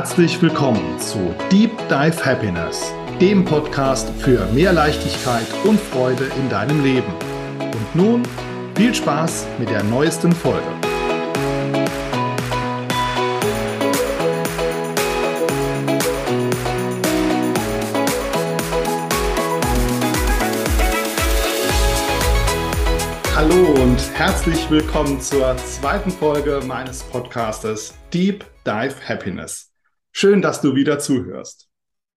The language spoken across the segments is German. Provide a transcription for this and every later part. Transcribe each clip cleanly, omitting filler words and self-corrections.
Herzlich willkommen zu Deep Dive Happiness, dem Podcast für mehr Leichtigkeit und Freude in deinem Leben. Und nun viel Spaß mit der neuesten Folge. Hallo und herzlich willkommen zur zweiten Folge meines Podcastes Deep Dive Happiness. Schön, dass du wieder zuhörst.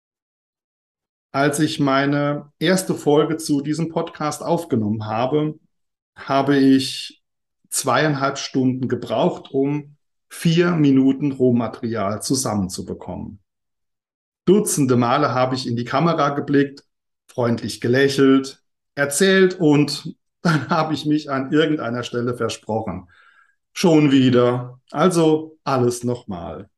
Als ich meine erste Folge zu diesem Podcast aufgenommen habe, habe ich 2,5 Stunden gebraucht, um 4 Minuten Rohmaterial zusammenzubekommen. Dutzende Male habe ich in die Kamera geblickt, freundlich gelächelt, erzählt und dann habe ich mich an irgendeiner Stelle versprochen. Schon wieder. Also alles nochmal.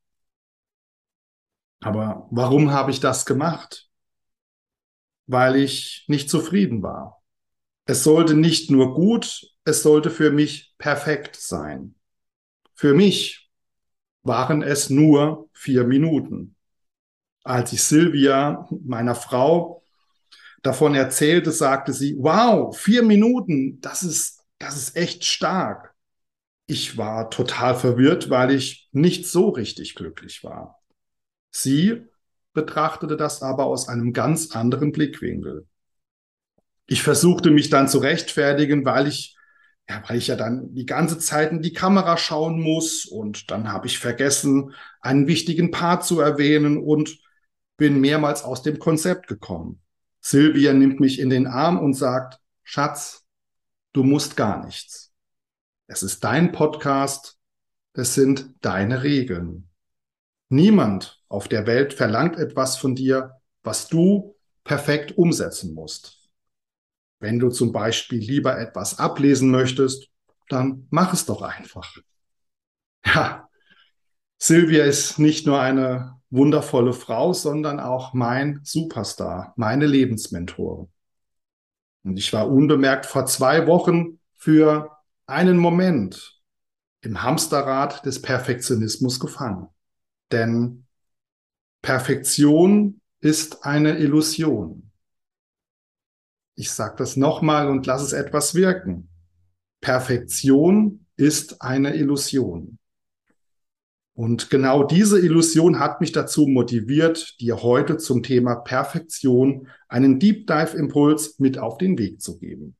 Aber warum habe ich das gemacht? Weil ich nicht zufrieden war. Es sollte nicht nur gut, es sollte für mich perfekt sein. Für mich waren es nur 4 Minuten. Als ich Silvia, meiner Frau, davon erzählte, sagte sie, wow, 4 Minuten, das ist echt stark. Ich war total verwirrt, weil ich nicht so richtig glücklich war. Sie betrachtete das aber aus einem ganz anderen Blickwinkel. Ich versuchte mich dann zu rechtfertigen, weil ich ja dann die ganze Zeit in die Kamera schauen muss und dann habe ich vergessen, einen wichtigen Part zu erwähnen und bin mehrmals aus dem Konzept gekommen. Silvia nimmt mich in den Arm und sagt, Schatz, du musst gar nichts. Es ist dein Podcast, es sind deine Regeln. Niemand auf der Welt verlangt etwas von dir, was du perfekt umsetzen musst. Wenn du zum Beispiel lieber etwas ablesen möchtest, dann mach es doch einfach. Ja, Silvia ist nicht nur eine wundervolle Frau, sondern auch mein Superstar, meine Lebensmentorin. Und ich war unbemerkt vor 2 Wochen für einen Moment im Hamsterrad des Perfektionismus gefangen. Denn Perfektion ist eine Illusion. Ich sage das nochmal und lass es etwas wirken. Perfektion ist eine Illusion. Und genau diese Illusion hat mich dazu motiviert, dir heute zum Thema Perfektion einen Deep Dive Impuls mit auf den Weg zu geben.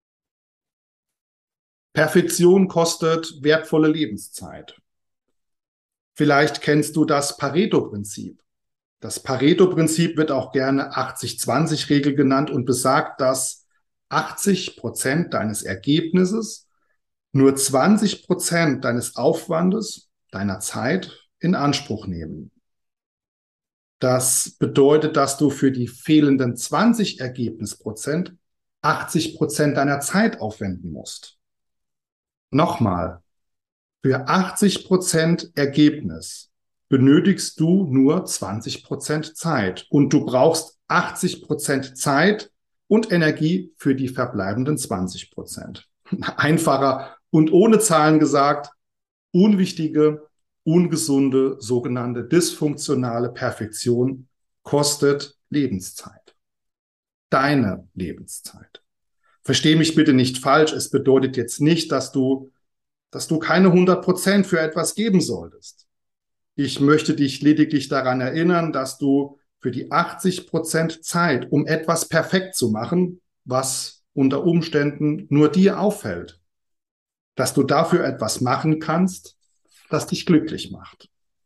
Perfektion kostet wertvolle Lebenszeit. Vielleicht kennst du das Pareto-Prinzip. Das Pareto-Prinzip wird auch gerne 80-20-Regel genannt und besagt, dass 80% deines Ergebnisses nur 20% deines Aufwandes, deiner Zeit in Anspruch nehmen. Das bedeutet, dass du für die fehlenden 20 Ergebnisprozent 80% deiner Zeit aufwenden musst. Nochmal, für 80% Ergebnis benötigst du nur 20% Zeit und du brauchst 80% Zeit und Energie für die verbleibenden 20%. Einfacher und ohne Zahlen gesagt, unwichtige, ungesunde, sogenannte dysfunktionale Perfektion kostet Lebenszeit. Deine Lebenszeit. Versteh mich bitte nicht falsch, es bedeutet jetzt nicht, dass du keine 100% für etwas geben solltest. Ich möchte dich lediglich daran erinnern, dass du für die 80% Zeit, um etwas perfekt zu machen, was unter Umständen nur dir auffällt, dass du dafür etwas machen kannst, das dich glücklich macht.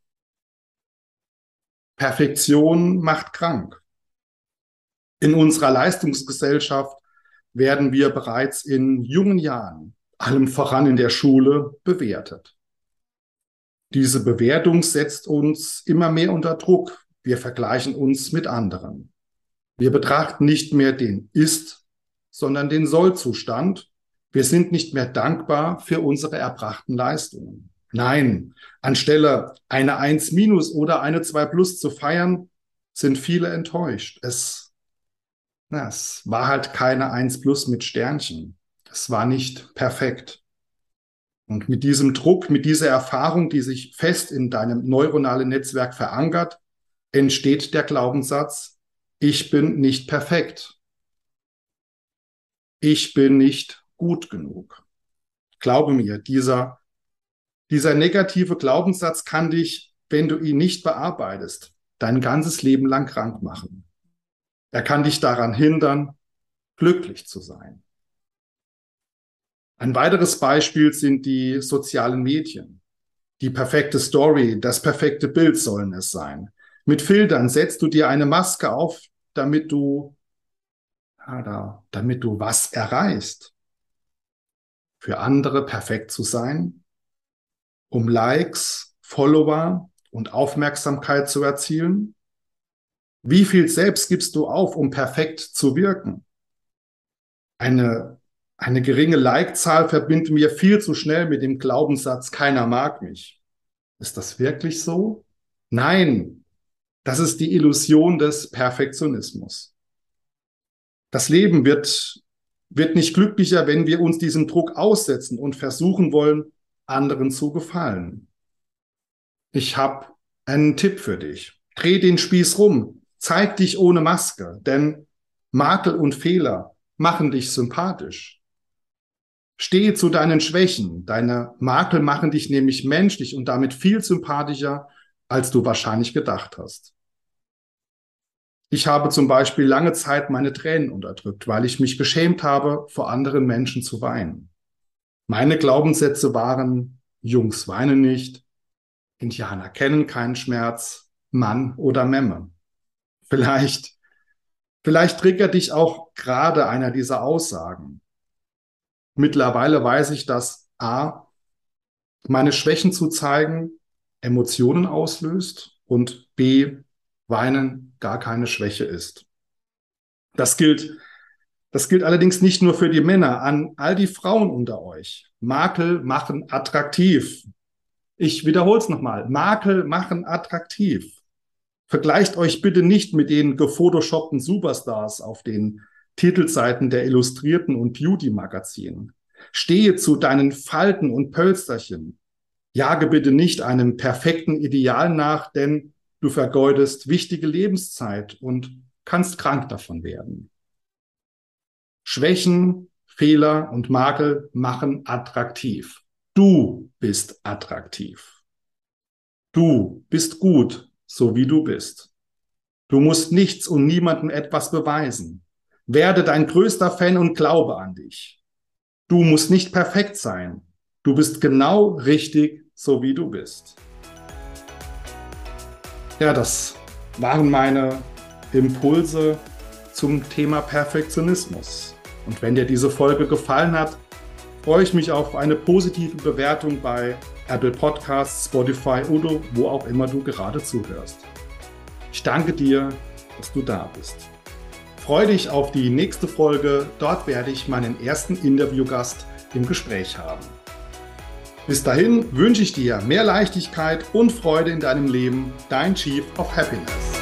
Perfektion macht krank. In unserer Leistungsgesellschaft werden wir bereits in jungen Jahren, allem voran in der Schule, bewertet. Diese Bewertung setzt uns immer mehr unter Druck. Wir vergleichen uns mit anderen. Wir betrachten nicht mehr den Ist, sondern den Soll-Zustand. Wir sind nicht mehr dankbar für unsere erbrachten Leistungen. Nein, anstelle eine 1 minus oder eine 2 plus zu feiern, sind viele enttäuscht. Es war halt keine 1 plus mit Sternchen. Es war nicht perfekt. Und mit diesem Druck, mit dieser Erfahrung, die sich fest in deinem neuronalen Netzwerk verankert, entsteht der Glaubenssatz, ich bin nicht perfekt. Ich bin nicht gut genug. Glaube mir, dieser negative Glaubenssatz kann dich, wenn du ihn nicht bearbeitest, dein ganzes Leben lang krank machen. Er kann dich daran hindern, glücklich zu sein. Ein weiteres Beispiel sind die sozialen Medien. Die perfekte Story, das perfekte Bild sollen es sein. Mit Filtern setzt du dir eine Maske auf, damit du was erreichst. Für andere perfekt zu sein, um Likes, Follower und Aufmerksamkeit zu erzielen. Wie viel selbst gibst du auf, um perfekt zu wirken? Eine geringe Like-Zahl verbinden wir viel zu schnell mit dem Glaubenssatz, keiner mag mich. Ist das wirklich so? Nein, das ist die Illusion des Perfektionismus. Das Leben wird nicht glücklicher, wenn wir uns diesem Druck aussetzen und versuchen wollen, anderen zu gefallen. Ich habe einen Tipp für dich. Dreh den Spieß rum. Zeig dich ohne Maske, denn Makel und Fehler machen dich sympathisch. Stehe zu deinen Schwächen. Deine Makel machen dich nämlich menschlich und damit viel sympathischer, als du wahrscheinlich gedacht hast. Ich habe zum Beispiel lange Zeit meine Tränen unterdrückt, weil ich mich geschämt habe, vor anderen Menschen zu weinen. Meine Glaubenssätze waren, Jungs weinen nicht, Indianer kennen keinen Schmerz, Mann oder Memme. Vielleicht triggert dich auch gerade einer dieser Aussagen. Mittlerweile weiß ich, dass A, meine Schwächen zu zeigen Emotionen auslöst und B, Weinen gar keine Schwäche ist. Das gilt allerdings nicht nur für die Männer, an all die Frauen unter euch. Makel machen attraktiv. Ich wiederhole es nochmal. Makel machen attraktiv. Vergleicht euch bitte nicht mit den gefotoshoppten Superstars auf den Titelseiten der Illustrierten und Beauty-Magazinen. Stehe zu deinen Falten und Pölsterchen. Jage bitte nicht einem perfekten Ideal nach, denn du vergeudest wichtige Lebenszeit und kannst krank davon werden. Schwächen, Fehler und Makel machen attraktiv. Du bist attraktiv. Du bist gut, so wie du bist. Du musst nichts und niemandem etwas beweisen. Werde dein größter Fan und glaube an dich. Du musst nicht perfekt sein. Du bist genau richtig, so wie du bist. Ja, das waren meine Impulse zum Thema Perfektionismus. Und wenn dir diese Folge gefallen hat, freue ich mich auf eine positive Bewertung bei Apple Podcasts, Spotify oder wo auch immer du gerade zuhörst. Ich danke dir, dass du da bist. Freue dich auf die nächste Folge. Dort werde ich meinen ersten Interviewgast im Gespräch haben. Bis dahin wünsche ich dir mehr Leichtigkeit und Freude in deinem Leben. Dein Chief of Happiness.